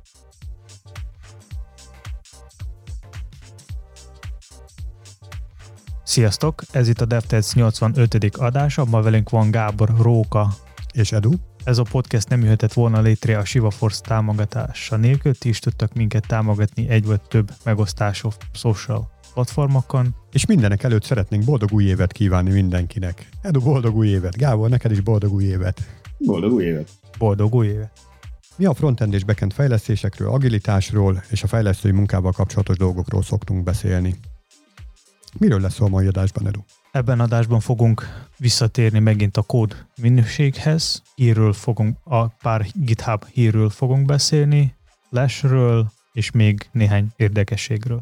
Sziasztok! Ez itt a DevTech 85. adása, ma velünk van Gábor, Róka és Edu. Ez a podcast nem jöhetett volna létre a ShivaForce támogatása nélkül, ti is tudtak minket támogatni egy vagy több megosztású social platformokon. És mindenek előtt szeretnénk boldog új évet kívánni mindenkinek. Edu, boldog új évet! Gábor, neked is boldog új évet! Boldog új évet! Boldog új évet! Mi a frontend és backend fejlesztésekről, agilitásról és a fejlesztői munkával kapcsolatos dolgokról szoktunk beszélni. Miről lesz szó a mai adásban, Edu? Ebben adásban fogunk visszatérni megint a kód minőséghez. A pár GitHub hírről fogunk beszélni, Flashről és még néhány érdekességről.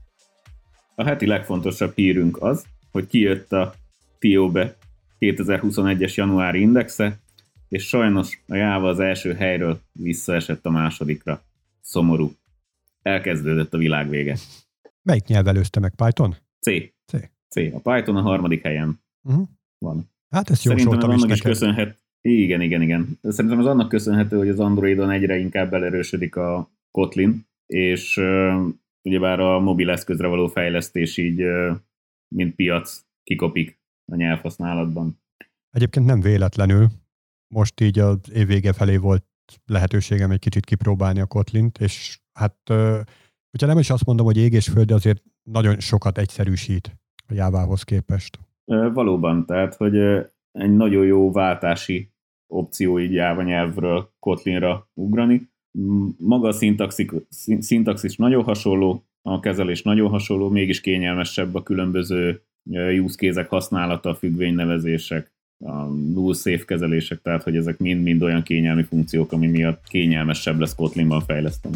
A heti legfontosabb hírünk az, hogy kijött a TIOBE 2021-es januári indexe, és sajnos a Java az első helyről visszaesett a másodikra. Szomorú. Elkezdődött a világ vége. Melyik nyelv előzte meg? Python? C. A Python a harmadik helyen van. Hát ezt jósoltam is neked. Köszönhet. Igen. Szerintem ez annak köszönhető, hogy az Androidon egyre inkább belerősödik a Kotlin, és ugyebár a mobil eszközre való fejlesztés így, mint piac, kikopik a nyelvhasználatban. Egyébként nem véletlenül. Most így az év vége felé volt lehetőségem egy kicsit kipróbálni a Kotlint, és hát, hogyha nem is azt mondom, hogy ég és föld, de azért nagyon sokat egyszerűsít a Jávához képest. Valóban, tehát, hogy egy nagyon jó váltási opció így Java nyelvről Kotlinra ugrani. Maga a szintaxis nagyon hasonló, a kezelés nagyon hasonló, mégis kényelmesebb a különböző use case-ek használata, függvénynevezések, a null safe kezelések, tehát hogy ezek mind olyan kényelmi funkciók, ami miatt kényelmesebb lesz Kotlinban fejleszteni.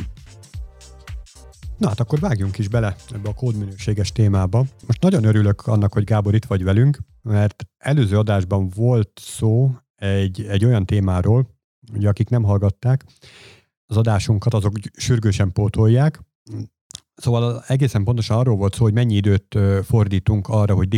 Na hát akkor vágjunk is bele ebbe a kódminőséges témába. Most nagyon örülök annak, hogy Gábor itt vagy velünk, mert előző adásban volt szó egy olyan témáról, hogy akik nem hallgatták az adásunkat, azok sürgősen pótolják. Szóval egészen pontosan arról volt szó, hogy mennyi időt fordítunk arra, hogy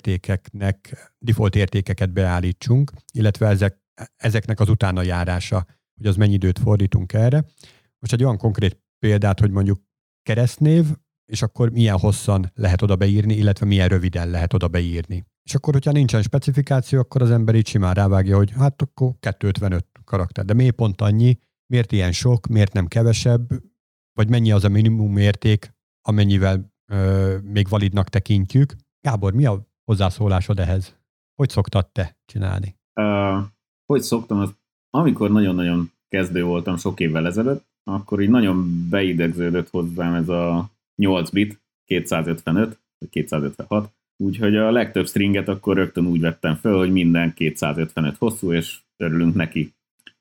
default értékeket beállítsunk, illetve ezeknek az utána járása, hogy az mennyi időt fordítunk erre. Most egy olyan konkrét példát, hogy mondjuk keresztnév, és akkor milyen hosszan lehet oda beírni, illetve milyen röviden lehet oda beírni. És akkor, hogyha nincsen specifikáció, akkor az ember így simán rávágja, hogy hát akkor 255 karakter. De miért pont annyi? Miért ilyen sok? Miért nem kevesebb? Vagy mennyi az a minimum érték, amennyivel még validnak tekintjük? Gábor, mi a hozzászólásod ehhez? Hogy szoktad te csinálni? Hogy szoktam? Amikor nagyon-nagyon kezdő voltam sok évvel ezelőtt, akkor így nagyon beidegződött hozzám ez a 8 bit, 255 vagy 256, úgyhogy a legtöbb stringet akkor rögtön úgy vettem föl, hogy minden 255 hosszú, és örülünk neki.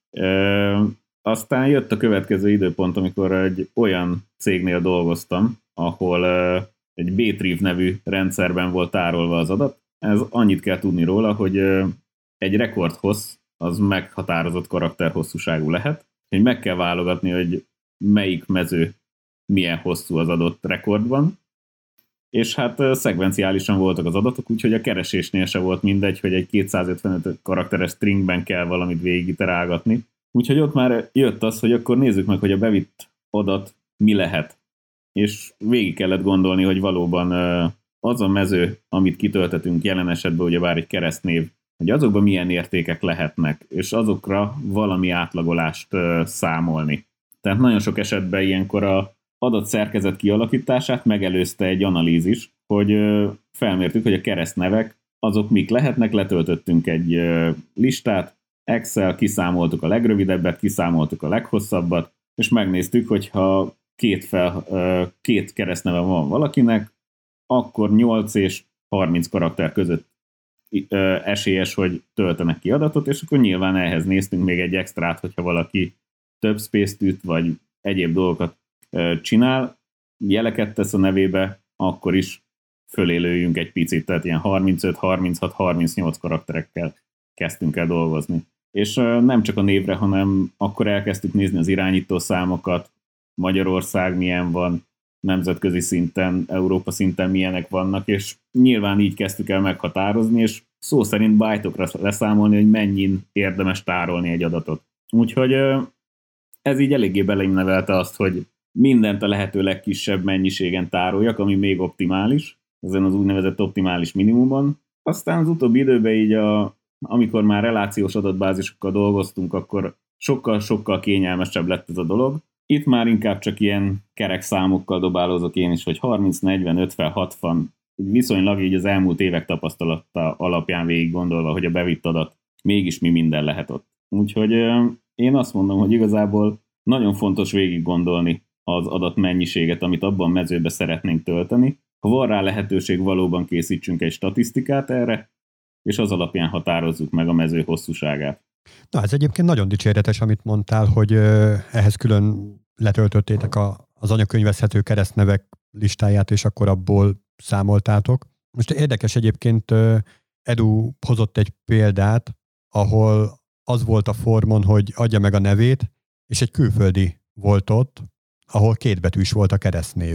Aztán jött a következő időpont, amikor egy olyan cégnél dolgoztam, ahol egy Btrieve nevű rendszerben volt tárolva az adat. Ez annyit kell tudni róla, hogy egy rekordhossz az meghatározott karakterhosszúságú lehet, hogy meg kell válogatni, hogy melyik mező milyen hosszú az adott rekordban, és hát szekvenciálisan voltak az adatok, úgyhogy a keresésnél se volt mindegy, hogy egy 255 karakteres stringben kell valamit végigiterálgatni. Úgyhogy ott már jött az, hogy akkor nézzük meg, hogy a bevitt adat mi lehet. És végig kellett gondolni, hogy valóban az a mező, amit kitöltetünk jelen esetben, ugyebár egy keresztnév, hogy azokban milyen értékek lehetnek, és azokra valami átlagolást számolni. Tehát nagyon sok esetben ilyenkor a adatszerkezet kialakítását megelőzte egy analízis, hogy felmértük, hogy a keresztnevek azok mik lehetnek, letöltöttünk egy listát, Excel, kiszámoltuk a legrövidebbet, kiszámoltuk a leghosszabbat, és megnéztük, hogyha két keresztneve van valakinek, akkor 8 és 30 karakter között esélyes, hogy töltenek ki adatot, és akkor nyilván ehhez néztünk még egy extrát, hogyha valaki több space-t üt, vagy egyéb dolgokat csinál, jeleket tesz a nevébe, akkor is fölélőjünk egy picit, tehát ilyen 35, 36, 38 karakterekkel kezdtünk el dolgozni. És nem csak a névre, hanem akkor elkezdtük nézni az irányító számokat, Magyarország milyen van, nemzetközi szinten, Európa szinten milyenek vannak, és nyilván így kezdtük el meghatározni, és szó szerint bájtokra leszámolni, hogy mennyin érdemes tárolni egy adatot. Úgyhogy ez így eléggé belém nevelte azt, hogy mindent a lehető legkisebb mennyiségen tároljak, ami még optimális, ezen az úgynevezett optimális minimumon. Aztán az utóbbi időben így, amikor már relációs adatbázisokkal dolgoztunk, akkor sokkal-sokkal kényelmesebb lett ez a dolog. Itt már inkább csak ilyen kerek számokkal dobálózok én is, hogy 30, 40, 50, 60, viszonylag így az elmúlt évek tapasztalata alapján végig gondolva, hogy a bevitt adat mégis mi minden lehet ott. Úgyhogy én azt mondom, hogy igazából nagyon fontos végig gondolni az adatmennyiséget, amit abban a mezőbe szeretnénk tölteni. Ha van rá lehetőség, valóban készítsünk egy statisztikát erre, és az alapján határozzuk meg a mező hosszúságát. Na, ez egyébként nagyon dicséretes, amit mondtál, hogy ehhez külön letöltöttétek az anyakönyvezhető keresztnevek listáját, és akkor abból számoltátok. Most érdekes egyébként, Edu hozott egy példát, ahol az volt a formon, hogy adja meg a nevét, és egy külföldi volt ott, ahol 2 betűs volt a keresztnév.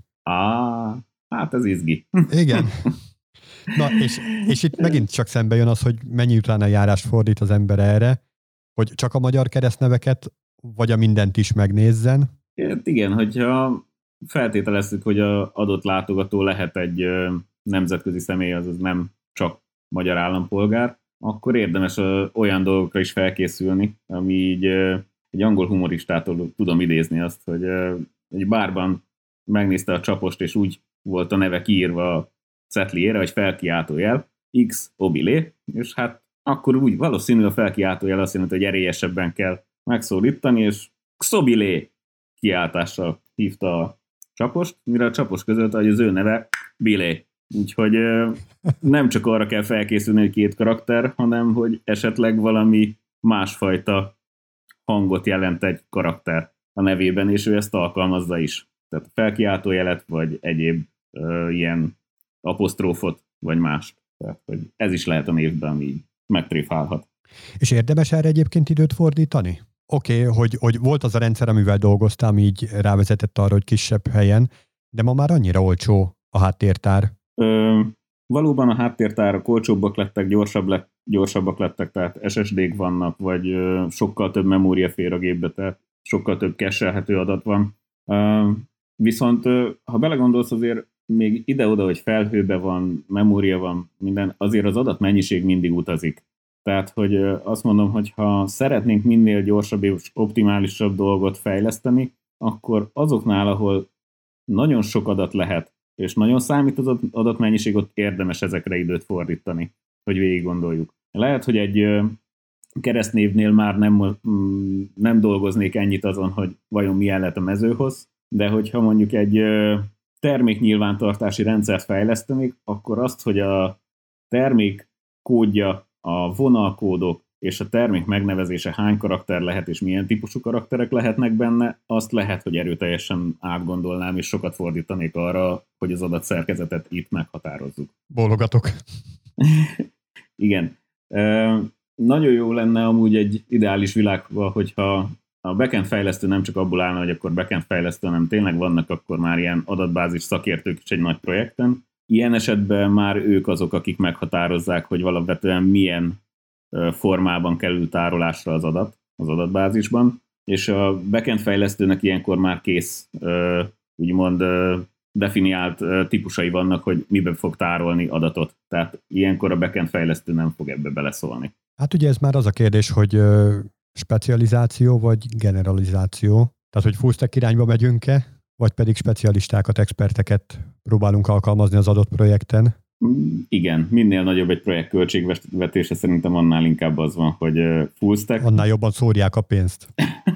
Hát ez izgi. Igen. Na, és itt megint csak szembe jön az, hogy mennyi utána járást fordít az ember erre, hogy csak a magyar keresztneveket, vagy a mindent is megnézzen. Igen, hogyha feltételezzük, hogy az adott látogató lehet egy nemzetközi személy, azaz nem csak magyar állampolgár, akkor érdemes olyan dolgokra is felkészülni, ami így egy angol humoristától tudom idézni azt, hogy egy bárban megnézte a csapost, és úgy volt a neve kiírva a cetliére, hogy felkiáltójel, X obilé, és hát akkor úgy valószínű a felkiáltójel azt jelenti, hogy erélyesebben kell megszólítani, és Xobilé kiáltással hívta a csapost, mire a csapos közölte, hogy az ő neve Bilé. Úgyhogy nem csak arra kell felkészülni, hogy 2 karakter, hanem hogy esetleg valami másfajta hangot jelent egy karakter a nevében, és ő ezt alkalmazza is. Tehát felkiáltójelet, vagy egyéb ilyen apostrófot, vagy mást. Tehát, hogy ez is lehet a névben, ami így megtréfálhat. És érdemes erre egyébként időt fordítani? Oké, hogy volt az a rendszer, amivel dolgoztam, így rávezetett arra, hogy kisebb helyen, de ma már annyira olcsó a háttértár. Valóban a háttértárak olcsóbbak lettek, gyorsabbak lettek, tehát SSD-k vannak, vagy sokkal több memória fér a gépbe, tehát sokkal több cache-elhető adat van. Viszont ha belegondolsz, azért még ide-oda, hogy felhőbe van, memória van, minden, azért az adatmennyiség mindig utazik. Tehát, hogy azt mondom, hogy ha szeretnénk minél gyorsabb és optimálisabb dolgot fejleszteni, akkor azoknál, ahol nagyon sok adat lehet, és nagyon számít az adatmennyiség, ott érdemes ezekre időt fordítani, hogy végig gondoljuk. Lehet, hogy egy keresztnévnél már nem dolgoznék ennyit azon, hogy vajon milyen lett a mezőhoz, de hogyha mondjuk egy terméknyilvántartási rendszert fejlesztenék, akkor azt, hogy a termék kódja, a vonalkódok és a termék megnevezése hány karakter lehet, és milyen típusú karakterek lehetnek benne, azt lehet, hogy erőteljesen átgondolnám, és sokat fordítanék arra, hogy az adatszerkezetet itt meghatározzuk. Bólogatok. Igen. Nagyon jó lenne amúgy egy ideális világban, hogyha a backend fejlesztő nem csak abból állna, hogy akkor backend fejlesztő, hanem tényleg vannak akkor már ilyen adatbázis szakértők is egy nagy projekten. Ilyen esetben már ők azok, akik meghatározzák, hogy alapvetően milyen formában kerül tárolásra az adat az adatbázisban, és a backend fejlesztőnek ilyenkor már kész, úgymond definiált típusai vannak, hogy miben fog tárolni adatot. Tehát ilyenkor a backend fejlesztő nem fog ebbe beleszólni. Hát ugye ez már az a kérdés, hogy specializáció vagy generalizáció. Tehát, hogy full stack irányba megyünk-e, vagy pedig specialistákat, experteket próbálunk alkalmazni az adott projekten? Igen, minél nagyobb egy projekt költségvetése, szerintem annál inkább az van, hogy full stack. Annál jobban szórják a pénzt.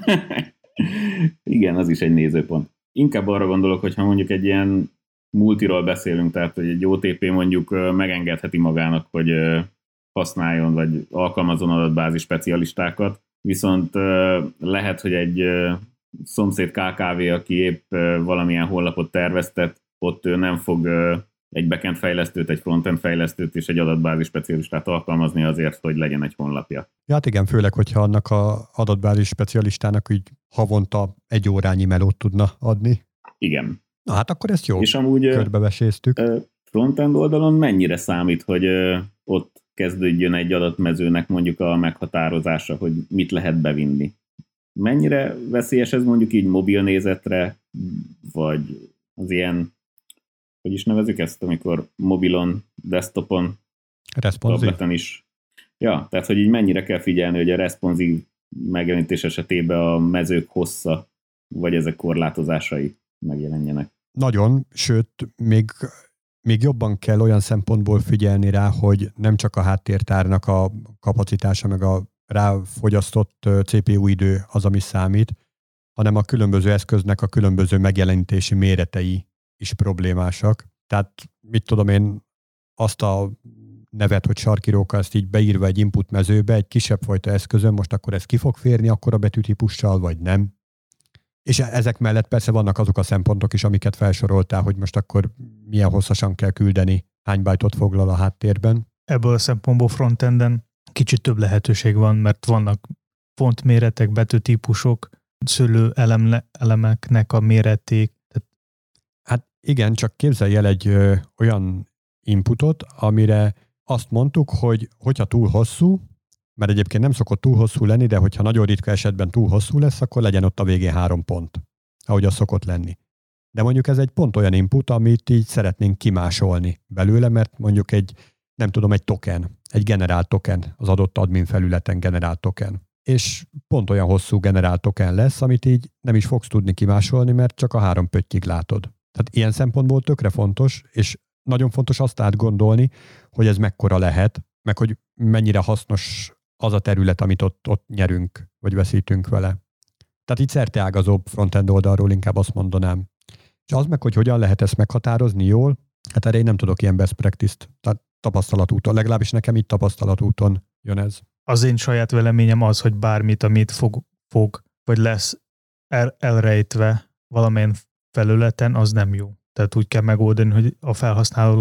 Igen, az is egy nézőpont. Inkább arra gondolok, hogy ha mondjuk egy ilyen multiról beszélünk, tehát hogy egy OTP mondjuk megengedheti magának, hogy használjon, vagy alkalmazzon adatbázis specialistákat, viszont lehet, hogy egy szomszéd KKV, aki épp valamilyen honlapot terveztet, ott ő nem fog egy backend fejlesztőt, egy frontend fejlesztőt és egy adatbázis specialistát alkalmazni azért, hogy legyen egy honlapja. Ja, hát igen, főleg, hogyha annak az adatbázis specialistának így havonta 1 órányi melót tudna adni. Igen. Na hát akkor ezt jó és amúgy körbeveséztük. Frontend oldalon mennyire számít, hogy ott kezdődjön egy adatmezőnek mondjuk a meghatározása, hogy mit lehet bevinni? mennyire veszélyes ez mondjuk így mobil nézetre, vagy az ilyen, hogy is nevezik ezt, amikor mobilon, desktopon, tableten is. Ja, tehát hogy így mennyire kell figyelni, hogy a responsív megjelenítés esetében a mezők hossza, vagy ezek korlátozásai megjelenjenek. Nagyon, sőt, még jobban kell olyan szempontból figyelni rá, hogy nem csak a háttértárnak a kapacitása, meg a ráfogyasztott CPU idő az, ami számít, hanem a különböző eszköznek a különböző megjelenítési méretei is problémásak. Tehát mit tudom én, azt a nevet, hogy sarkiróka, ezt így beírva egy input mezőbe, egy kisebb fajta eszközön, most akkor ez ki fog férni akkor a betűtípussal, vagy nem. És ezek mellett persze vannak azok a szempontok is, amiket felsoroltál, hogy most akkor milyen hosszasan kell küldeni, hány byte-ot foglal a háttérben. Ebből a szempontból frontenden kicsit több lehetőség van, mert vannak fontméretek, betűtípusok, szőlő elemeknek a méreték. Hát igen, csak képzelj el egy olyan inputot, amire azt mondtuk, hogy hogyha túl hosszú, mert egyébként nem szokott túl hosszú lenni, de hogyha nagyon ritka esetben túl hosszú lesz, akkor legyen ott a végén 3 pont, ahogy az szokott lenni. De mondjuk ez egy pont olyan input, amit így szeretnénk kimásolni belőle, mert mondjuk egy token, egy generált token, az adott admin felületen generált token. És pont olyan hosszú generált token lesz, amit így nem is fogsz tudni kimásolni, mert csak a 3 pöttyig látod. Tehát ilyen szempontból tökre fontos, és nagyon fontos azt átgondolni, hogy ez mekkora lehet, meg hogy mennyire hasznos az a terület, amit ott nyerünk, vagy veszítünk vele. Tehát így szerteágazóbb frontend oldalról inkább azt mondanám. És az meg, hogy hogyan lehet ezt meghatározni jól, hát erre én nem tudok ilyen best practice-t, tehát tapasztalatúton, legalábbis nekem itt tapasztalatúton jön ez. Az én saját véleményem az, hogy bármit, amit fog vagy lesz elrejtve valamilyen felületen, az nem jó. Tehát úgy kell megoldani, hogy a felhasználó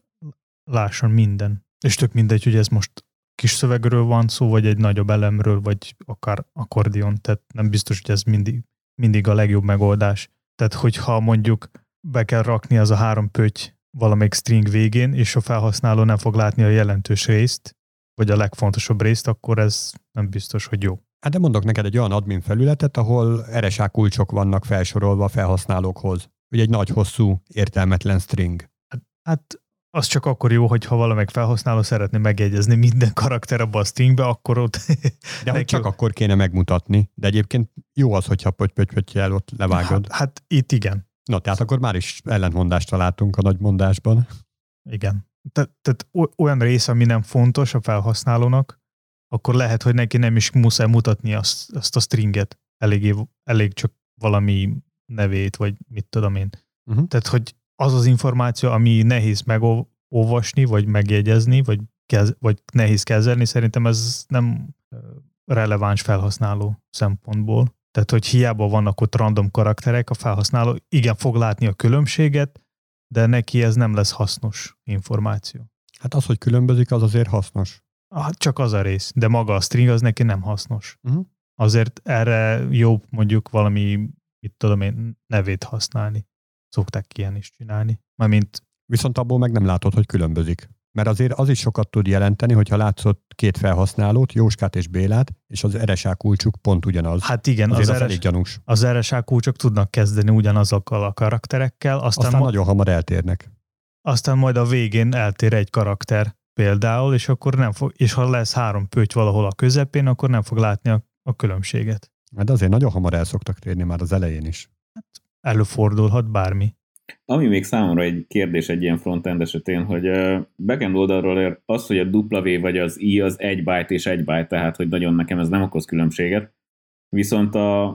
lásson minden. És tök mindegy, hogy ez most kis szövegről van szó, vagy egy nagyobb elemről, vagy akár akkordion. Tehát nem biztos, hogy ez mindig a legjobb megoldás. Tehát hogyha mondjuk be kell rakni az a 3 pötty valamelyik string végén, és a felhasználó nem fog látni a jelentős részt, vagy a legfontosabb részt, akkor ez nem biztos, hogy jó. Hát de mondok neked egy olyan admin felületet, ahol RSA kulcsok vannak felsorolva a felhasználókhoz. Ugye egy nagy, hosszú, értelmetlen string. Hát az csak akkor jó, hogyha valamelyik felhasználó szeretné megjegyezni minden karakter abban a stringbe, akkor ott... De hogy csak akkor kéne megmutatni. De egyébként jó az, hogyha pöttyel ott levágod. Hát itt igen. Na, tehát akkor már is ellentmondást találtunk a nagy mondásban. Igen. Tehát olyan rész, ami nem fontos a felhasználónak, akkor lehet, hogy neki nem is muszáj mutatni azt a stringet. Elég csak valami nevét, vagy mit tudom én. Uh-huh. Tehát, hogy az az információ, ami nehéz megolvasni, vagy megjegyezni, vagy nehéz kezelni, szerintem ez nem releváns felhasználó szempontból. Tehát, hogy hiába vannak ott random karakterek, a felhasználó igen fog látni a különbséget, de neki ez nem lesz hasznos információ. Hát az, hogy különbözik, az azért hasznos. Csak az a rész, de maga a string az neki nem hasznos. Uh-huh. Azért erre jobb mondjuk valami, mit tudom én, nevét használni. Szokták ilyen is csinálni. Viszont abból meg nem látod, hogy különbözik. Mert azért az is sokat tud jelenteni, hogyha látszott 2 felhasználót, Jóskát és Bélát, és az RSA kulcsuk pont ugyanaz. Hát igen, az elég gyanús. Az RSA kulcsok tudnak kezdeni ugyanazokkal a karakterekkel. Aztán nagyon hamar eltérnek. Aztán majd a végén eltér egy karakter például, és akkor és ha lesz 3 pötty valahol a közepén, akkor nem fog látni a különbséget. De azért nagyon hamar el szoktak térni már az elején is. Hát előfordulhat bármi. Ami még számomra egy kérdés egy ilyen frontend esetén, hogy backend oldalról az, hogy a W vagy az I az 1 byte és 1 byte, tehát hogy nagyon nekem ez nem okoz különbséget. Viszont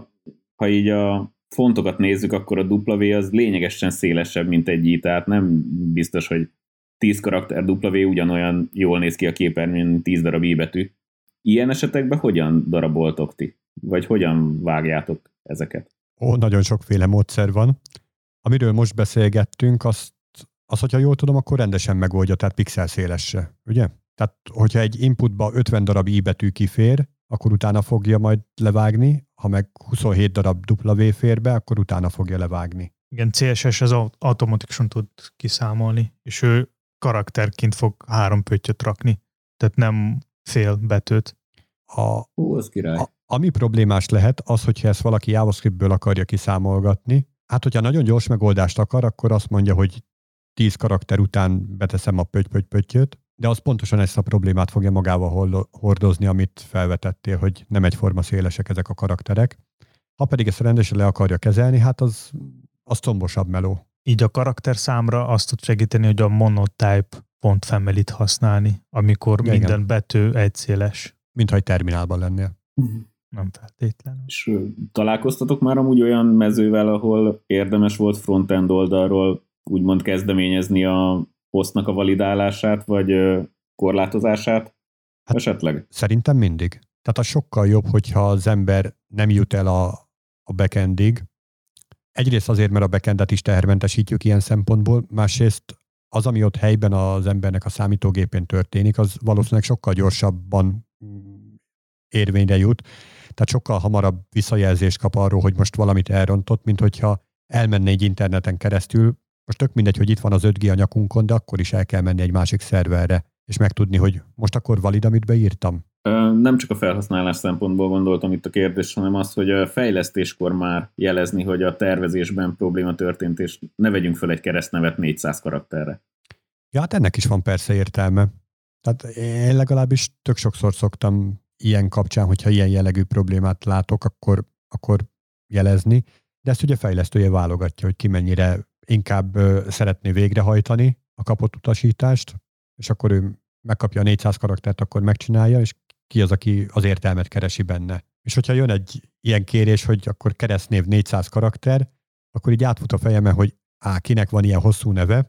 ha így a fontokat nézzük, akkor a W az lényegesen szélesebb, mint egy I, tehát nem biztos, hogy 10 karakter W ugyanolyan jól néz ki a képernyőn, mint 10 darab I betű. Ilyen esetekben hogyan daraboltok ti? Vagy hogyan vágjátok ezeket? Nagyon sokféle módszer van. Amiről most beszélgettünk, azt, hogyha jól tudom, akkor rendesen megoldja, tehát pixel szélesre, ugye? Tehát, hogyha egy inputba 50 darab I betű kifér, akkor utána fogja majd levágni, ha meg 27 darab W fér be, akkor utána fogja levágni. Igen, CSS az automatikusan tud kiszámolni, és ő karakterként fog 3 pöttyöt rakni, tehát nem fél betűt. Az király. Ami problémás lehet, az, hogyha ezt valaki JavaScriptből akarja kiszámolgatni. Hát, hogyha nagyon gyors megoldást akar, akkor azt mondja, hogy 10 karakter után beteszem a pöttyöt, de az pontosan ezt a problémát fogja magával hordozni, amit felvetettél, hogy nem egyforma szélesek ezek a karakterek. Ha pedig ezt rendesen le akarja kezelni, hát az combosabb meló. Így a karakter számra azt tud segíteni, hogy a monotype font family-t használni, amikor minden betű egyszéles. Mintha egy terminálban lennél. Nem feltétlenül. És találkoztatok már amúgy olyan mezővel, ahol érdemes volt frontend oldalról úgymond kezdeményezni a posztnak a validálását, vagy korlátozását esetleg? Szerintem mindig. Tehát az sokkal jobb, hogyha az ember nem jut el a backendig. Egyrészt azért, mert a backendet is tehermentesítjük ilyen szempontból, másrészt az, ami ott helyben az embernek a számítógépén történik, az valószínűleg sokkal gyorsabban érvényre jut. Tehát sokkal hamarabb visszajelzést kap arról, hogy most valamit elrontott, mint hogyha elmenne egy interneten keresztül. Most tök mindegy, hogy itt van az 5G a nyakunkon, de akkor is el kell menni egy másik szerverre, és megtudni, hogy most akkor valid, amit beírtam. Nem csak a felhasználás szempontból gondoltam itt a kérdés, hanem az, hogy a fejlesztéskor már jelezni, hogy a tervezésben probléma történt, és ne vegyünk fel egy keresztnevet 400 karakterre. Ja, hát ennek is van persze értelme. Tehát én legalábbis tök sokszor szoktam ilyen kapcsán, hogyha ilyen jellegű problémát látok, akkor jelezni. De ezt ugye fejlesztője válogatja, hogy ki mennyire inkább szeretné végrehajtani a kapott utasítást, és akkor ő megkapja a 400 karaktert, akkor megcsinálja, és ki az, aki az értelmet keresi benne. És hogyha jön egy ilyen kérés, hogy akkor keresztnév 400 karakter, akkor így átfut a fejemen, hogy kinek van ilyen hosszú neve,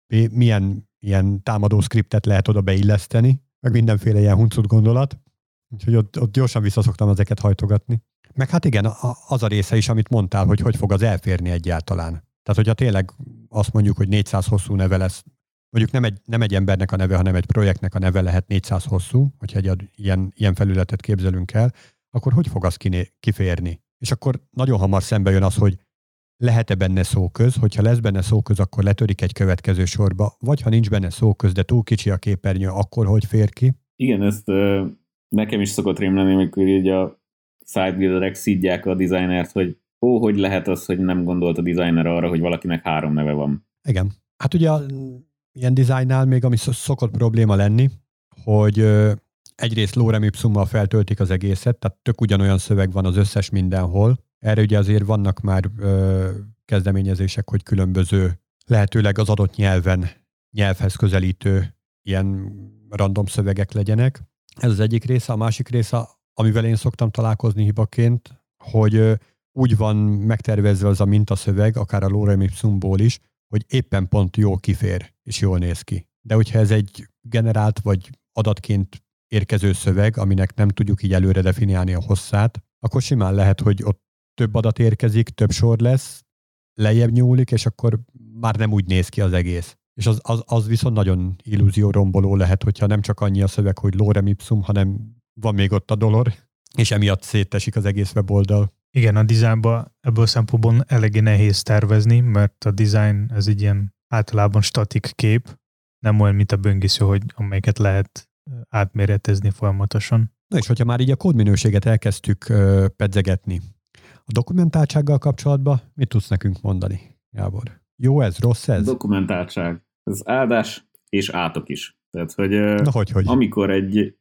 milyen ilyen támadó skriptet lehet oda beilleszteni, meg mindenféle ilyen huncut gondolat. Úgyhogy ott gyorsan visszaszoktam ezeket hajtogatni. Meg hát igen, az a része is, amit mondtál, hogy fog az elférni egyáltalán. Tehát, hogyha tényleg azt mondjuk, hogy 400 hosszú neve lesz, mondjuk nem egy embernek a neve, hanem egy projektnek a neve lehet 400 hosszú, hogyha egy ilyen felületet képzelünk el, akkor hogy fog az kiférni? És akkor nagyon hamar szembe jön az, hogy lehet-e benne szóköz, hogyha lesz benne szóköz, akkor letörik egy következő sorba, vagy ha nincs benne szóköz, de túl kicsi a képernyő, akkor hogy fér ki? Igen, ezt nekem is szokott rém lenni, amikor így a sidebuilderek szidják a designert, hogy hogy lehet az, hogy nem gondolt a designer arra, hogy valakinek 3 neve van. Igen. Hát ugye ilyen dizájnnál még ami szokott probléma lenni, hogy egyrészt lorem ipsummal feltöltik az egészet, tehát tök ugyanolyan szöveg van az összes mindenhol. Erre ugye azért vannak már kezdeményezések, hogy különböző, lehetőleg az adott nyelvhez közelítő ilyen random szövegek legyenek. Ez az egyik része. A másik része, amivel én szoktam találkozni hibaként, hogy úgy van megtervezve az a mintaszöveg, akár a lorem ipsumból is, hogy éppen pont jól kifér, és jól néz ki. De hogyha ez egy generált vagy adatként érkező szöveg, aminek nem tudjuk így előre definiálni a hosszát, akkor simán lehet, hogy ott több adat érkezik, több sor lesz, lejjebb nyúlik, és akkor már nem úgy néz ki az egész. És az viszont nagyon illúzióromboló lehet, hogyha nem csak annyi a szöveg, hogy lorem ipsum, hanem van még ott a dolor, és emiatt szétesik az egész weboldal. Igen, a dizájnban ebből szempontból eléggé nehéz tervezni, mert a design ez egy ilyen általában statik kép, nem olyan, mint a böngésző, amelyiket lehet átméretezni folyamatosan. Na és hogyha már így a kódminőséget elkezdtük pedzegetni, a dokumentáltsággal kapcsolatban mit tudsz nekünk mondani, Gábor? Jó ez, rossz ez? Dokumentáltság. Ez áldás és átok is. Tehát, hogy hogy? Amikor egy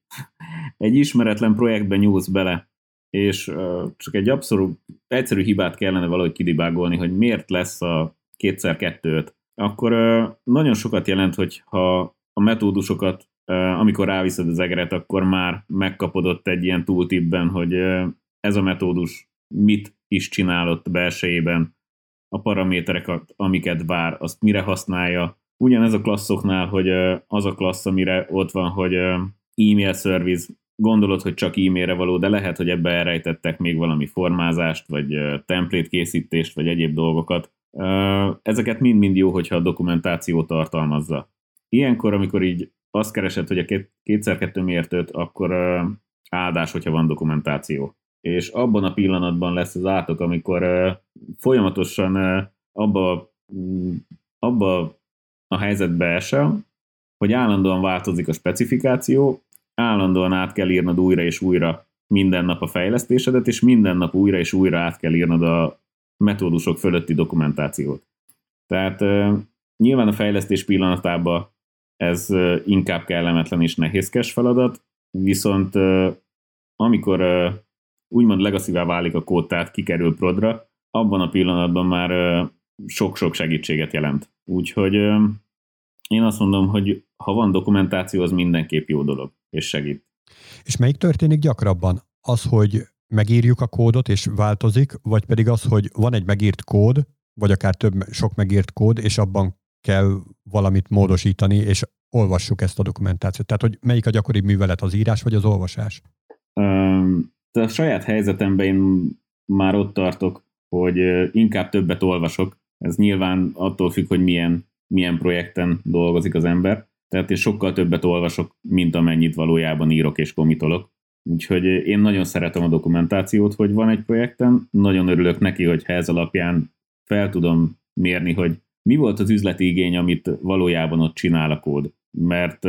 ismeretlen projektben nyúlsz bele, és csak egy abszolút egyszerű hibát kellene valahogy kidibágolni, hogy miért lesz a 2x2-5, akkor nagyon sokat jelent, hogyha a metódusokat, amikor ráviszed az egeret, akkor már megkapod ott egy ilyen tooltipben, hogy ez a metódus mit is csinálott belsejében, a paramétereket, amiket vár, azt mire használja. Ugyanez a klasszoknál, hogy az a klassz, amire ott van, hogy e-mail service, gondolod, hogy csak e-mailre való, de lehet, hogy ebbe elrejtettek még valami formázást, vagy template készítést, vagy egyéb dolgokat. Ezeket mind-mind jó, hogyha a dokumentáció tartalmazza. Ilyenkor, amikor így azt keresed, hogy a 2x2 miért 5, akkor áldás, hogyha van dokumentáció. És abban a pillanatban lesz az átok, amikor folyamatosan abba a helyzetbe esel, hogy állandóan változik a specifikáció, állandóan át kell írnod újra és újra minden nap a fejlesztésedet, és minden nap újra és újra át kell írnod a metódusok fölötti dokumentációt. Tehát nyilván a fejlesztés pillanatában ez inkább kellemetlen és nehézkes feladat, viszont amikor úgymond legacy-vá válik a kód, tehát kikerül prodra, abban a pillanatban már sok-sok segítséget jelent. Úgyhogy én azt mondom, hogy ha van dokumentáció, az mindenképp jó dolog, és segít. És melyik történik gyakrabban? Az, hogy megírjuk a kódot, és változik, vagy pedig az, hogy van egy megírt kód, vagy akár sok megírt kód, és abban kell valamit módosítani, és olvassuk ezt a dokumentációt. Tehát, hogy melyik a gyakoribb művelet, az írás, vagy az olvasás? A saját helyzetemben én már ott tartok, hogy inkább többet olvasok. Ez nyilván attól függ, hogy milyen projekten dolgozik az ember. Tehát én sokkal többet olvasok, mint amennyit valójában írok és komitolok. Úgyhogy én nagyon szeretem a dokumentációt, hogy van egy projekten. Nagyon örülök neki, hogyha ez alapján fel tudom mérni, hogy mi volt az üzleti igény, amit valójában ott csinál a kód. Mert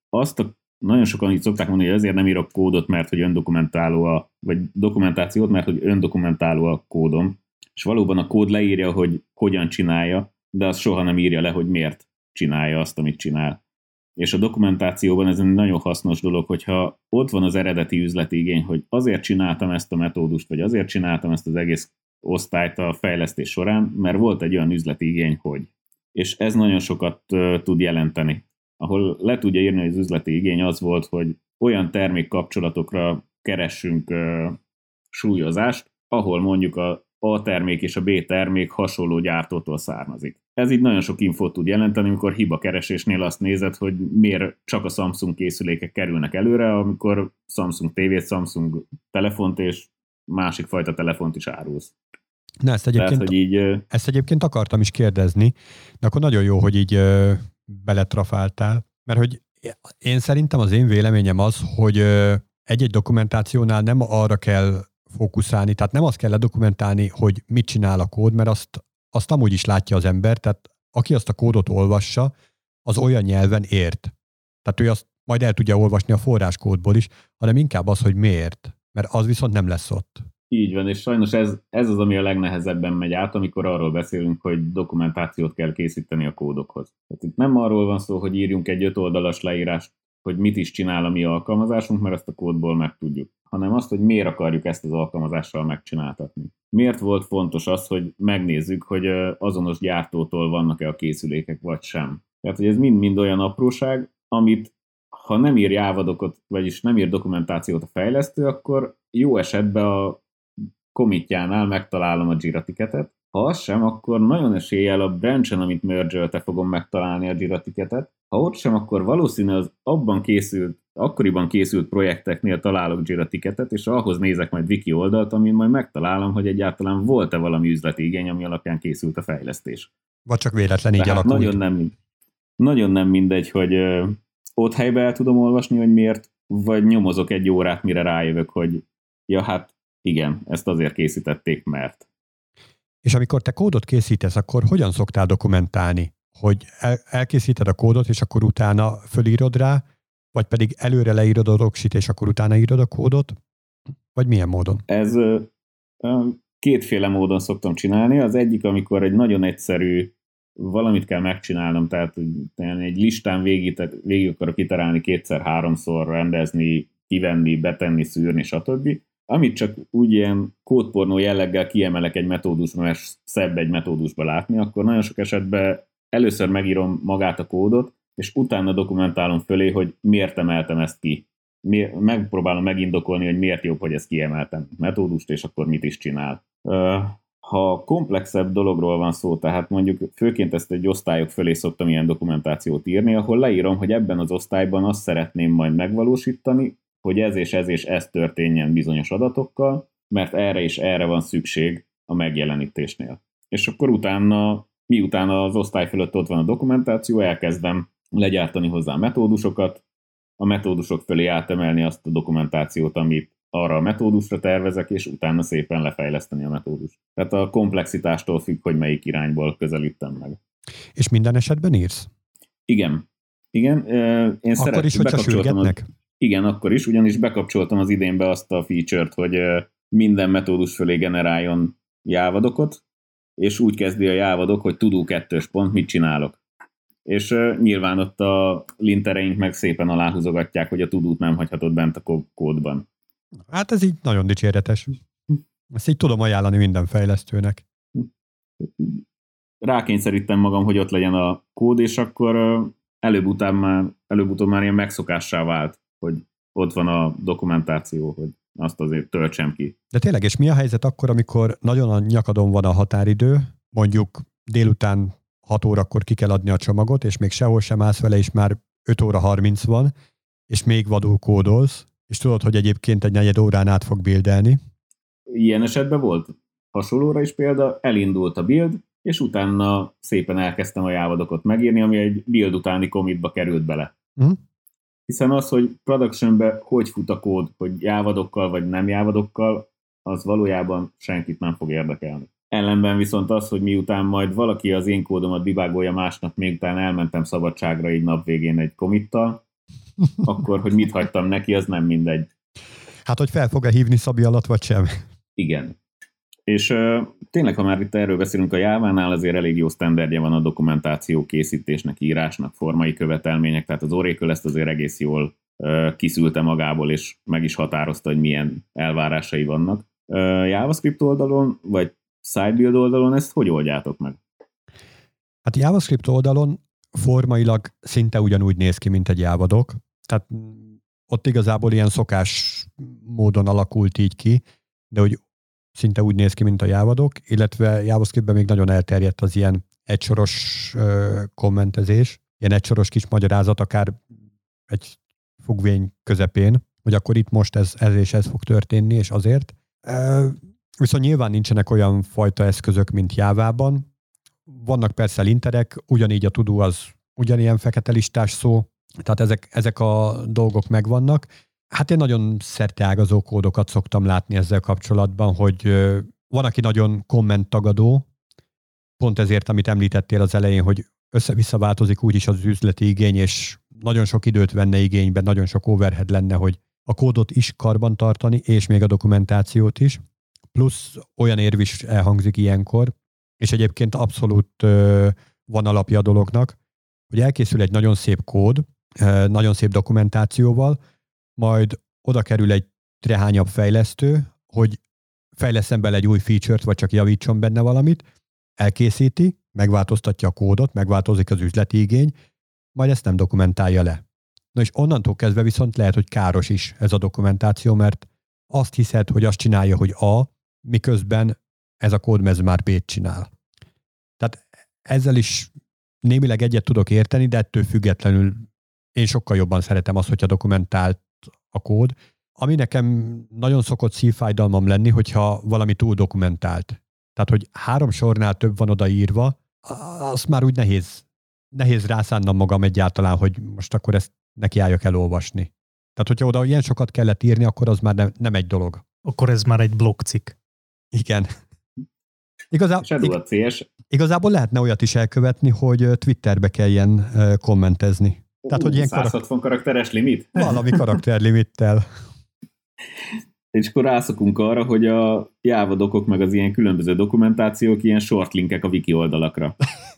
nagyon sokan így szokták mondani, hogy azért nem írok kódot, mert hogy öndokumentáló vagy dokumentációt, mert hogy öndokumentáló a kódom. És valóban a kód leírja, hogy hogyan csinálja, de az soha nem írja le, hogy miért csinálja azt, amit csinál. És a dokumentációban ez egy nagyon hasznos dolog, hogyha ott van az eredeti üzleti igény, hogy azért csináltam ezt a metódust, vagy azért csináltam ezt az egész osztályt a fejlesztés során, mert volt egy olyan üzleti igény, hogy. És ez nagyon sokat tud jelenteni. Ahol le tudja írni, hogy az üzleti igény az volt, hogy olyan termékkapcsolatokra keressünk súlyozást, ahol mondjuk a termék és a B termék hasonló gyártótól származik. Ez így nagyon sok infót tud jelenteni, amikor hibakeresésnél azt nézed, hogy miért csak a Samsung készülékek kerülnek előre, amikor Samsung tévét, Samsung telefont és másik fajta telefont is árulsz. Na, ezt egyébként akartam is kérdezni, de akkor nagyon jó, hogy így beletrafáltál, mert hogy én szerintem az én véleményem az, hogy egy-egy dokumentációnál nem arra kell fókuszálni, tehát nem azt kell ledokumentálni, hogy mit csinál a kód, mert azt amúgy is látja az ember, tehát aki azt a kódot olvassa, az olyan nyelven ért. Tehát ő azt majd el tudja olvasni a forráskódból is, hanem inkább az, hogy miért, mert az viszont nem lesz ott. Így van, és sajnos ez az, ami a legnehezebben megy át, amikor arról beszélünk, hogy dokumentációt kell készíteni a kódokhoz. Tehát itt nem arról van szó, hogy írjunk egy 5 oldalas leírást, hogy mit is csinál a mi alkalmazásunk, mert ezt a kódból megtudjuk, hanem azt, hogy miért akarjuk ezt az alkalmazással megcsináltatni. Miért volt fontos az, hogy megnézzük, hogy azonos gyártótól vannak-e a készülékek, vagy sem. Tehát, hogy ez mind-mind olyan apróság, amit ha nem ír jávadokot, vagyis nem ír dokumentációt a fejlesztő, akkor jó esetben a commitjánál megtalálom a Jira ticketet. Ha az sem, akkor nagyon eséllyel a branchen, amit merge-ölte fogom megtalálni a Jira ticketet. Ha ott sem, akkor valószínű az akkoriban készült projekteknél találok Jira ticketet, és ahhoz nézek majd wiki oldalt, amin majd megtalálom, hogy egyáltalán volt-e valami üzleti igény, ami alapján készült a fejlesztés. Vagy csak véletlen így alakult. Nagyon nem mindegy, hogy ott helyben el tudom olvasni, hogy miért, vagy nyomozok egy órát, mire rájövök, hogy ja, hát igen, ezt azért készítették, mert. És amikor te kódot készítesz, akkor hogyan szoktál dokumentálni? Hogy elkészíted a kódot, és akkor utána fölírod rá, vagy pedig előre leírod a doksit, és akkor utána írod a kódot? Vagy milyen módon? Ez kétféle módon szoktam csinálni. Az egyik, amikor egy nagyon egyszerű valamit kell megcsinálnom, tehát egy listán végig akarok iterálni 2-3-szor, rendezni, kivenni, betenni, szűrni, stb. Amit csak úgy ilyen kódpornó jelleggel kiemelek egy metódusba, mert szebb egy metódusba látni, akkor nagyon sok esetben először megírom magát a kódot, és utána dokumentálom fölé, hogy miért emeltem ezt ki. Megpróbálom megindokolni, hogy miért jobb, hogy ezt kiemeltem metódust, és akkor mit is csinál. Ha komplexebb dologról van szó, tehát mondjuk főként ezt egy osztályok fölé szoktam ilyen dokumentációt írni, ahol leírom, hogy ebben az osztályban azt szeretném majd megvalósítani, hogy ez és ez és ez történjen bizonyos adatokkal, mert erre és erre van szükség a megjelenítésnél. És akkor miután az osztály fölött ott van a dokumentáció, elkezdem legyártani hozzá metódusokat, a metódusok fölé átemelni azt a dokumentációt, amit arra a metódusra tervezek, és utána szépen lefejleszteni a metódust. Tehát a komplexitástól függ, hogy melyik irányból közelítem meg. És minden esetben írsz? Igen. Én akkor is, hogyha sürgetnek? Igen, akkor is, ugyanis bekapcsoltam az idénbe azt a feature-t, hogy minden metódus fölé generáljon jávadokot, és úgy kezdi a jávadok, hogy to do 2. pont, mit csinálok. És nyilván ott a lintereink meg szépen aláhúzogatják, hogy a to do-t nem hagyhatod bent a kódban. Hát ez így nagyon dicséretes. Ezt így tudom ajánlani minden fejlesztőnek. Rákényszerítem magam, hogy ott legyen a kód, és akkor előbb-utóbb már ilyen megszokássá vált, hogy ott van a dokumentáció, hogy azt azért töltsem ki. De tényleg, és mi a helyzet akkor, amikor nagyon a nyakadon van a határidő, mondjuk délután 6 órakor ki kell adni a csomagot, és még sehol sem állsz vele, és már 5 óra 30 van, és még vadul kódolsz, és tudod, hogy egyébként egy 4 órán át fog buildelni. Ilyen esetben volt hasonlóra is példa, elindult a build, és utána szépen elkezdtem a jávadokat megírni, ami egy build utáni commitba került bele. Hiszen az, hogy productionbe hogy fut a kód, hogy jávadokkal vagy nem jávadokkal, az valójában senkit nem fog érdekelni. Ellenben viszont az, hogy miután majd valaki az én kódomat debugolja másnap, miután elmentem szabadságra így nap végén egy committal, akkor, hogy mit hagytam neki, az nem mindegy. Hát, hogy fel fog-e hívni Szabi alatt, vagy sem? Igen. És tényleg, ha már itt erről beszélünk, a Jávánál azért elég jó sztenderdje van a dokumentáció készítésnek, írásnak, formai követelmények, tehát az Oracle ezt azért egész jól kiszülte magából, és meg is határozta, hogy milyen elvárásai vannak. JavaScript oldalon, vagy SideBuild oldalon ezt hogy oldjátok meg? Hát JavaScript oldalon formailag szinte ugyanúgy néz ki, mint egy jávadok. Tehát ott igazából ilyen szokás módon alakult így ki, de hogy szinte úgy néz ki, mint a jávadok, illetve JavaScriptben még nagyon elterjedt az ilyen egysoros kommentezés, ilyen egysoros kis magyarázat, akár egy függvény közepén, hogy akkor itt most ez és ez fog történni, és azért. Viszont nyilván nincsenek olyan fajta eszközök, mint Jávában. Vannak persze linterek, ugyanígy a to-do az ugyanilyen fekete listás szó, tehát ezek a dolgok megvannak. Hát én nagyon szerteágazó kódokat szoktam látni ezzel kapcsolatban, hogy van, aki nagyon kommenttagadó, pont ezért, amit említettél az elején, hogy össze-vissza változik úgyis az üzleti igény, és nagyon sok időt venne igénybe, nagyon sok overhead lenne, hogy a kódot is karban tartani, és még a dokumentációt is. Plusz olyan érv is elhangzik ilyenkor, és egyébként abszolút van alapja a dolognak, hogy elkészül egy nagyon szép kód, nagyon szép dokumentációval, majd oda kerül egy trehányabb fejlesztő, hogy fejleszem bele egy új feature-t, vagy csak javítson benne valamit, elkészíti, megváltoztatja a kódot, megváltozik az üzleti igény, majd ezt nem dokumentálja le. Na és onnantól kezdve viszont lehet, hogy káros is ez a dokumentáció, mert azt hiszed, hogy azt csinálja, hogy A, miközben ez a kódmez már B-t csinál. Tehát ezzel is némileg egyet tudok érteni, de ettől függetlenül én sokkal jobban szeretem azt, hogyha dokumentált a kód. Ami nekem nagyon szokott szívfájdalmam lenni, hogyha valami túl dokumentált. Tehát, hogy 3 sornál több van odaírva, azt már úgy nehéz rászánnom magam egyáltalán, hogy most akkor ezt nekiálljak elolvasni. Tehát, hogyha oda ilyen sokat kellett írni, akkor az már nem egy dolog. Akkor ez már egy blokkcikk. Igen. Igazából lehetne olyat is elkövetni, hogy Twitterbe kelljen kommentezni. Tehát, hogy ilyen 160 karakteres limit? Valami karakterlimittel. És akkor rászokunk arra, hogy a jávadokok meg az ilyen különböző dokumentációk ilyen shortlinkek a wiki oldalakra.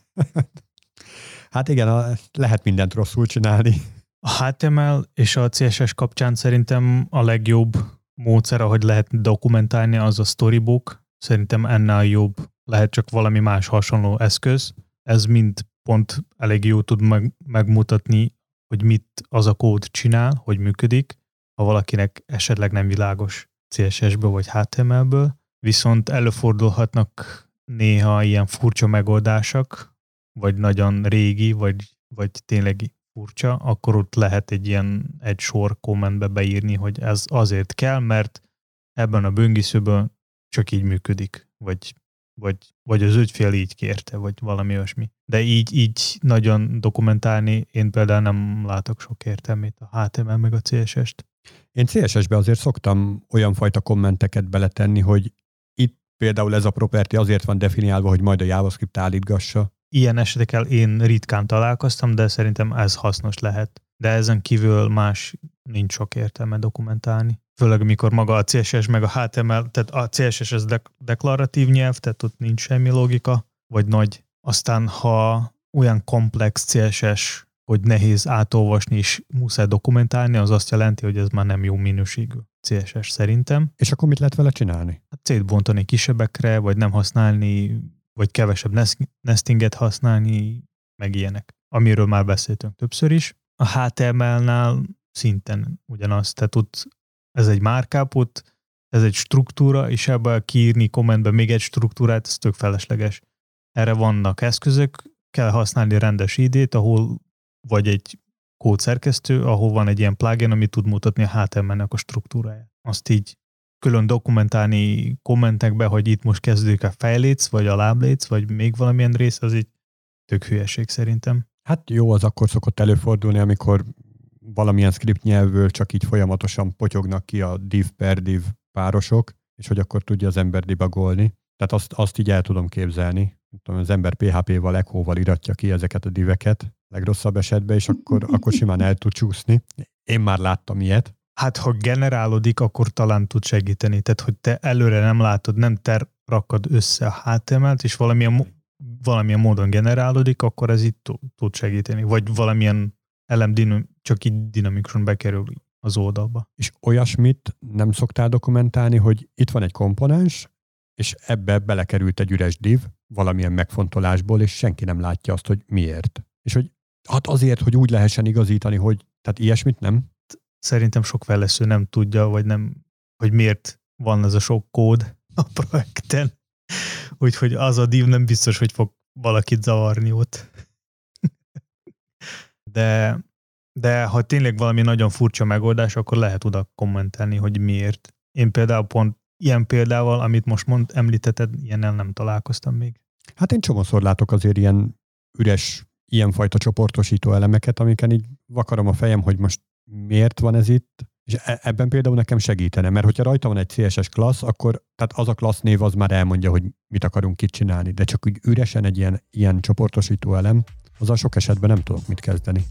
Hát igen, lehet mindent rosszul csinálni. A HTML és a CSS kapcsán szerintem a legjobb módszer, ahogy lehet dokumentálni, az a Storybook. Szerintem ennél jobb lehet csak valami más hasonló eszköz. Ez mind pont elég jó tud megmutatni, hogy mit az a kód csinál, hogy működik, ha valakinek esetleg nem világos CSS-ből vagy HTML-ből. Viszont előfordulhatnak néha ilyen furcsa megoldások, vagy nagyon régi, vagy tényleg furcsa, akkor ott lehet egy sor kommentbe beírni, hogy ez azért kell, mert ebben a böngészőben csak így működik, vagy az ügyfél így kérte, vagy valami olyasmi. De így nagyon dokumentálni, én például nem látok sok értelmét a HTML meg a CSS-t. Én CSS-be azért szoktam olyan fajta kommenteket beletenni, hogy itt például ez a property azért van definiálva, hogy majd a JavaScript állítgassa. Ilyen esetekkel én ritkán találkoztam, de szerintem ez hasznos lehet. de ezen kívül más nincs sok értelme dokumentálni. Főleg, mikor maga a CSS meg a HTML, tehát a CSS ez deklaratív nyelv, tehát ott nincs semmi logika, vagy nagy. Aztán, ha olyan komplex CSS, hogy nehéz átolvasni és muszáj dokumentálni, az azt jelenti, hogy ez már nem jó minőségű CSS szerintem. És akkor mit lehet vele csinálni? Hát szétbontani kisebbekre, vagy nem használni, vagy kevesebb nestinget használni, meg ilyenek, amiről már beszéltünk többször is. A HTML-nál szinten ugyanaz, tehát ott ez egy markup, ott ez egy struktúra, és ebben kiírni kommentben még egy struktúrát, ez tök felesleges. Erre vannak eszközök, kell használni rendes ID-t, ahol vagy egy kódszerkesztő, ahol van egy ilyen plugin, ami tud mutatni a HTML-nek a struktúráját. Azt így külön dokumentálni kommentekbe, hogy itt most kezdődik a fejléc, vagy a lábléc, vagy még valamilyen rész, az így tök hülyeség szerintem. Hát jó, az akkor szokott előfordulni, amikor valamilyen script nyelvből csak így folyamatosan potyognak ki a div per div párosok, és hogy akkor tudja az ember debugolni. Tehát azt így el tudom képzelni. Az ember PHP-val, Echo-val iratja ki ezeket a diveket legrosszabb esetben, és akkor simán el tud csúszni. Én már láttam ilyet. Hát, ha generálódik, akkor talán tud segíteni. Tehát, hogy te előre nem látod, nem te rakod össze a HTML-t, és valamilyen módon generálódik, akkor ez itt tud segíteni. Vagy valamilyen elem csak így dinamikusan bekerül az oldalba. És olyasmit nem szoktál dokumentálni, hogy itt van egy komponens, és ebbe belekerült egy üres div valamilyen megfontolásból, és senki nem látja azt, hogy miért. És hogy hát azért, hogy úgy lehessen igazítani, hogy tehát ilyesmit nem? Szerintem sok fejlesztő nem tudja, vagy nem, hogy miért van ez a sok kód a projekten. Úgyhogy az a div nem biztos, hogy fog valakit zavarni ott. De ha tényleg valami nagyon furcsa megoldás, akkor lehet oda kommentelni, hogy miért. Én például pont ilyen példával, amit most említetted, ilyennel nem találkoztam még. Hát én csomószor látok azért ilyen üres, ilyenfajta csoportosító elemeket, amiken így vakarom a fejem, hogy most miért van ez itt, és ebben például nekem segítene, mert hogyha rajta van egy CSS klassz, akkor tehát az a klassz név az már elmondja, hogy mit akarunk itt csinálni, de csak úgy üresen egy ilyen csoportosító elem, azzal sok esetben nem tudok mit kezdeni.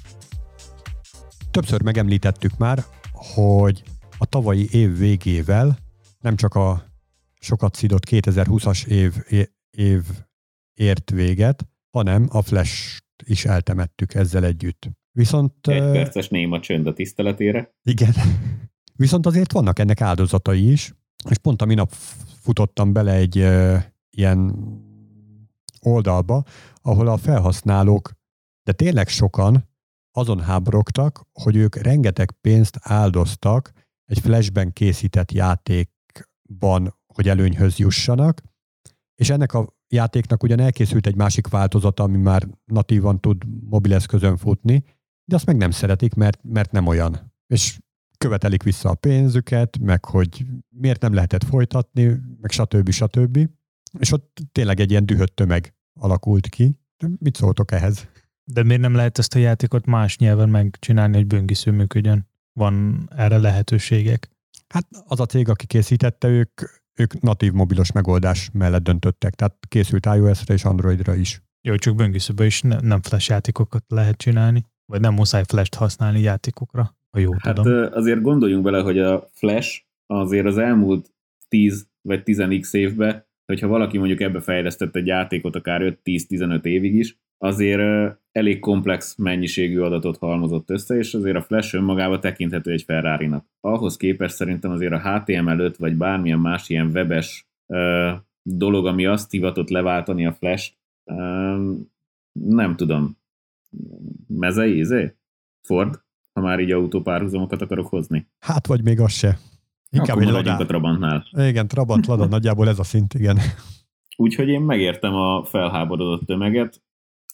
Többször megemlítettük már, hogy a tavalyi év végével nem csak a sokat szidott 2020-as év ért véget, hanem a Flash-t is eltemettük ezzel együtt. Viszont... Egy perces néma csönd a tiszteletére. Igen. Viszont azért vannak ennek áldozatai is, és pont a minap futottam bele egy ilyen oldalba, ahol a felhasználók, de tényleg sokan azon háborogtak, hogy ők rengeteg pénzt áldoztak egy Flashben készített játékban, hogy előnyhöz jussanak, és ennek a játéknak ugyan elkészült egy másik változata, ami már natívan tud mobileszközön futni, de azt meg nem szeretik, mert nem olyan. És követelik vissza a pénzüket, meg hogy miért nem lehetett folytatni, meg stb. És ott tényleg egy ilyen dühött tömeg alakult ki. Mit szóltok ehhez? De miért nem lehet ezt a játékot más nyelven megcsinálni, hogy böngésző működjön? Van erre lehetőségek? Hát az a cég, aki készítette, ők natív mobilos megoldás mellett döntöttek, tehát készült iOS-re és Androidra is. Jó, csak böngészőben is nem Flash játékokat lehet csinálni, vagy nem muszáj Flash-t használni játékokra, ha jól tudom. Azért gondoljunk bele, hogy a Flash azért az elmúlt 10 vagy 10x évben, hogyha valaki mondjuk ebbe fejlesztett egy játékot akár 5-10-15 évig is, azért elég komplex mennyiségű adatot halmozott össze, és azért a Flash önmagában tekinthető egy Ferrari-nak. Ahhoz képest szerintem azért a HTML5 vagy bármilyen más ilyen webes dolog, ami azt hivatott leváltani a Flash-t, nem tudom. Mezei, Ford? Ha már így autópárhuzamokat akarok hozni. Hát vagy még az se. Inkább egy Lada. A Trabantnál. Igen, Trabant, Lada, nagyjából ez a szint, igen. Úgyhogy én megértem a felháborodott tömeget,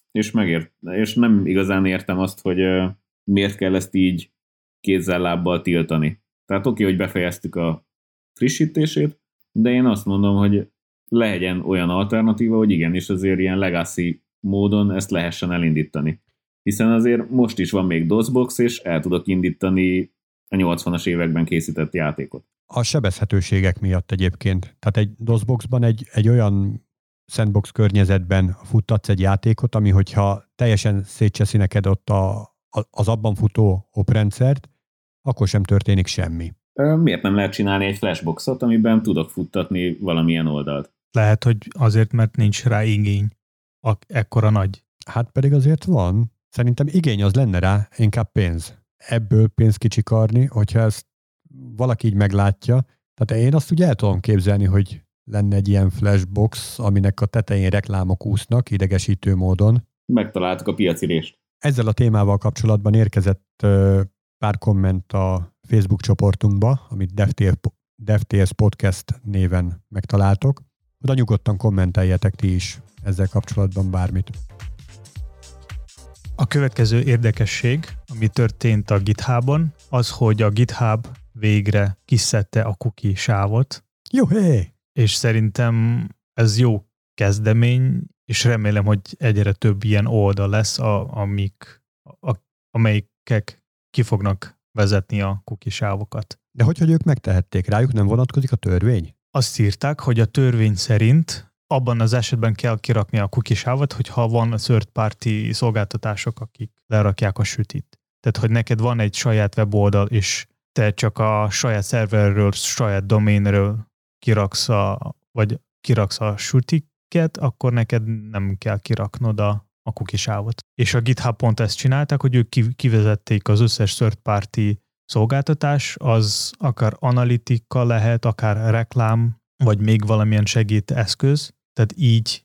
és nem igazán értem azt, hogy miért kell ezt így kézzel-lábbal tiltani. Tehát oké, hogy befejeztük a frissítését, de én azt mondom, hogy legyen olyan alternatíva, hogy igenis azért ilyen legacy módon ezt lehessen elindítani. Hiszen azért most is van még DOSBox, és el tudok indítani a 80-as években készített játékot. A sebezhetőségek miatt egyébként. Tehát egy DOSBoxban egy olyan sandbox környezetben futtatsz egy játékot, ami hogyha teljesen szétcseszi neked ott az abban futó oprendszert, akkor sem történik semmi. Miért nem lehet csinálni egy flashboxot, amiben tudok futtatni valamilyen oldalt? Lehet, hogy azért, mert nincs rá igény. Ekkora nagy. Hát pedig azért van. Szerintem igény az lenne rá, inkább pénz. Ebből pénzt kicsikarni, hogyha ezt valaki így meglátja. Tehát én azt ugye el tudom képzelni, hogy lenne egy ilyen flashbox, aminek a tetején reklámok úsznak idegesítő módon. Megtaláltuk a piacirést. Ezzel a témával kapcsolatban érkezett pár komment a Facebook csoportunkba, amit DevTales Podcast néven megtaláltok. Oda nyugodtan kommenteljetek ti is ezzel kapcsolatban bármit. A következő érdekesség, ami történt a GitHubon, az, hogy a GitHub végre kiszedte a cookie sávot. Jó, hé! És szerintem ez jó kezdemény, és remélem, hogy egyre több ilyen oldal lesz, amelyikek ki fognak vezetni a cookie sávokat. De hogy ők megtehették? Rájuk nem vonatkozik a törvény? Azt írták, hogy a törvény szerint abban az esetben kell kirakni a cookie sávot, hogyha van third party szolgáltatások, akik lerakják a sütit. Tehát, hogy neked van egy saját weboldal, és te csak a saját szerverről, saját doménről kiraksz a sütiket, akkor neked nem kell kiraknod a cookie sávot. És a GitHub pont ezt csinálták, hogy ők kivezették az összes third party szolgáltatás, az akár analitika lehet, akár reklám, vagy még valamilyen segédeszköz. Tehát így,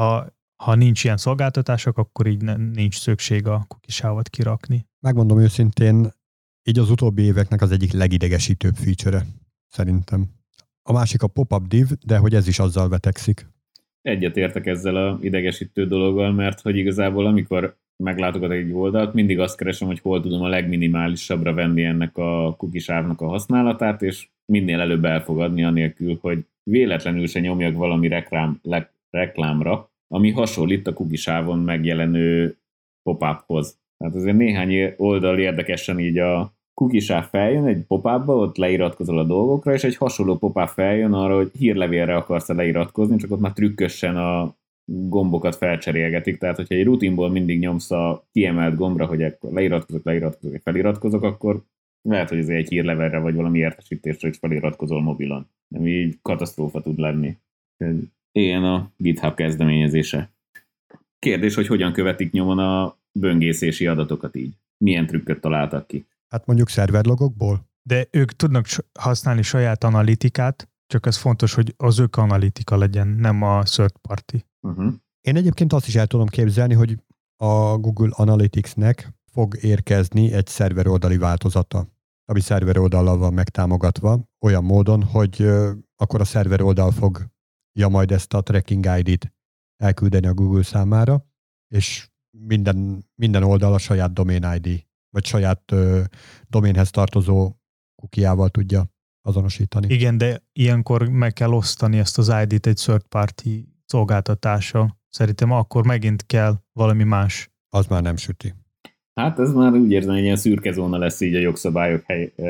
ha nincs ilyen szolgáltatások, akkor így nincs szükség a cookie sávot kirakni. Megmondom őszintén, így az utóbbi éveknek az egyik legidegesítőbb feature-e, szerintem. A másik a pop-up div, de hogy ez is azzal vetekszik. Egyetértek ezzel a idegesítő dologgal, mert hogy igazából amikor meglátogatok egy oldalt, mindig azt keresem, hogy hol tudom a legminimálisabbra venni ennek a cookie sávnak a használatát, és minél előbb elfogadni anélkül, hogy véletlenül se nyomjak valami reklámra, ami hasonlít a cookie sávon megjelenő pop-uphoz. Tehát azért néhány oldal érdekesen így a cookie sáv feljön egy pop-upba, ott leiratkozol a dolgokra, és egy hasonló pop-up feljön arra, hogy hírlevélre akarsz leiratkozni, csak ott már trükkösen a gombokat felcserélgetik, tehát hogyha egy rutinból mindig nyomsz a kiemelt gombra, hogy akkor leiratkozok, feliratkozok, akkor lehet, hogy ez egy hírlevélre vagy valami értesítésre is feliratkozol mobilon. Nem így katasztrófa tud lenni. Ilyen a GitHub kezdeményezése. Kérdés, hogy hogyan követik nyomon a böngészési adatokat így? Milyen trükköt találtak ki? Hát mondjuk szerverlogokból? De ők tudnak használni saját analitikát, csak ez fontos, hogy az ők analitika legyen, nem a third party. Uh-huh. Én egyébként azt is el tudom képzelni, hogy a Google Analyticsnek fog érkezni egy szerveroldali változata, ami szerveroldallal van megtámogatva, olyan módon, hogy akkor a szerveroldal fogja majd ezt a tracking ID-t elküldeni a Google számára, és minden oldal a saját domain ID, vagy saját doménhez tartozó cookie-ával tudja azonosítani. Igen, de ilyenkor meg kell osztani ezt az ID-t egy third party szolgáltatással. Szerintem akkor megint kell valami más. Az már nem süti. Hát ez már úgy érzem, hogy ilyen szürke zóna lesz így a jogszabályok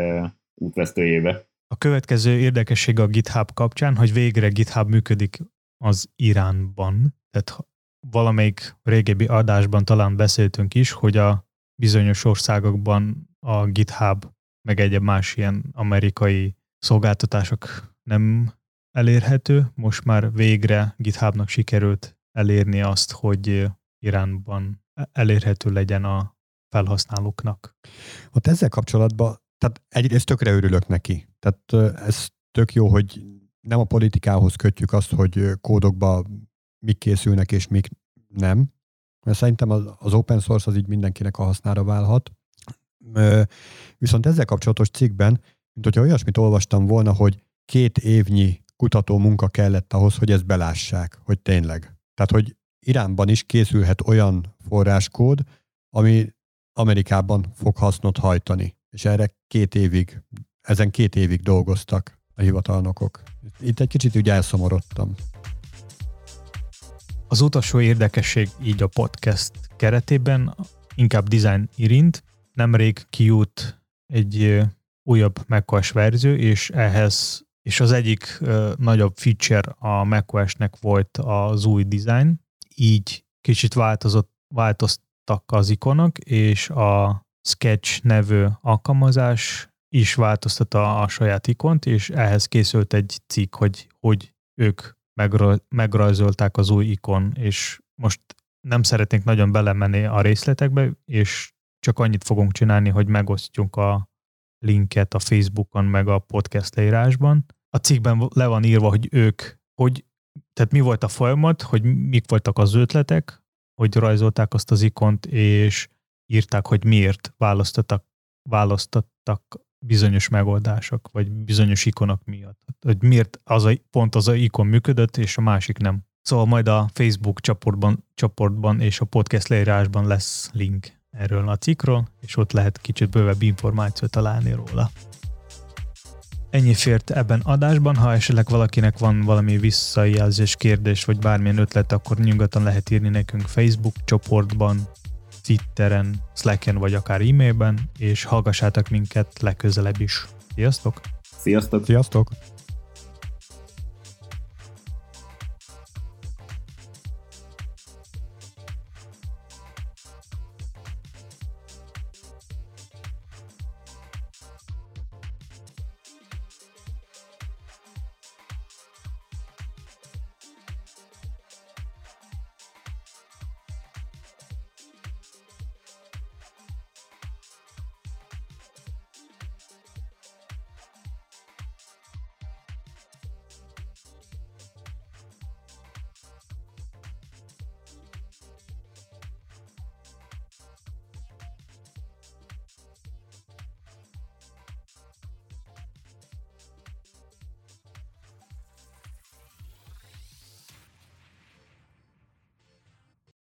útvesztőjébe. A következő érdekesség a GitHub kapcsán, hogy végre GitHub működik az Iránban. Tehát valamelyik régebbi adásban talán beszéltünk is, hogy a bizonyos országokban a GitHub meg egyéb más ilyen amerikai szolgáltatások nem elérhető. Most már végre GitHubnak sikerült elérni azt, hogy Iránban elérhető legyen a felhasználóknak. Ott ezzel kapcsolatban, tehát egyrészt tökre örülök neki. Tehát ez tök jó, hogy nem a politikához kötjük azt, hogy kódokba mik készülnek és mik nem. Mert szerintem az open source az így mindenkinek a hasznára válhat. Viszont ezzel kapcsolatos cikkben, mint hogyha olyasmit olvastam volna, hogy 2 évnyi kutató munka kellett ahhoz, hogy ezt belássák, hogy tényleg. Tehát, hogy Iránban is készülhet olyan forráskód, ami Amerikában fog hasznot hajtani. És erre 2 évig dolgoztak a hivatalnokok. Itt egy kicsit úgy elszomorodtam. Az utolsó érdekesség így a podcast keretében inkább design érint. Nemrég kijut egy újabb macOS verzió, és az egyik nagyobb feature a macOS-nek volt az új design. Így kicsit változtak az ikonok, és a Sketch nevű alkalmazás is változtatta a saját ikont, és ehhez készült egy cikk, hogy ők megrajzolták az új ikon, és most nem szeretnénk nagyon belemenni a részletekbe, és csak annyit fogunk csinálni, hogy megosztjuk a linket a Facebookon, meg a podcast leírásban. A cikkben le van írva, hogy tehát mi volt a folyamat, hogy mik voltak az ötletek, hogy rajzolták azt az ikont, és írták, hogy miért választottak bizonyos megoldások, vagy bizonyos ikonok miatt. Hogy miért pont az a ikon működött, és a másik nem. Szóval majd a Facebook csoportban és a podcast leírásban lesz link erről a cikkről, és ott lehet kicsit bővebb információt találni róla. Ennyi fért ebben adásban, ha esetleg valakinek van valami visszajelzés, kérdés, vagy bármilyen ötlet, akkor nyugodtan lehet írni nekünk Facebook csoportban, Twitteren, Slacken, vagy akár e-mailben, és hallgassátok minket legközelebb is. Sziasztok! Sziasztok! Sziasztok!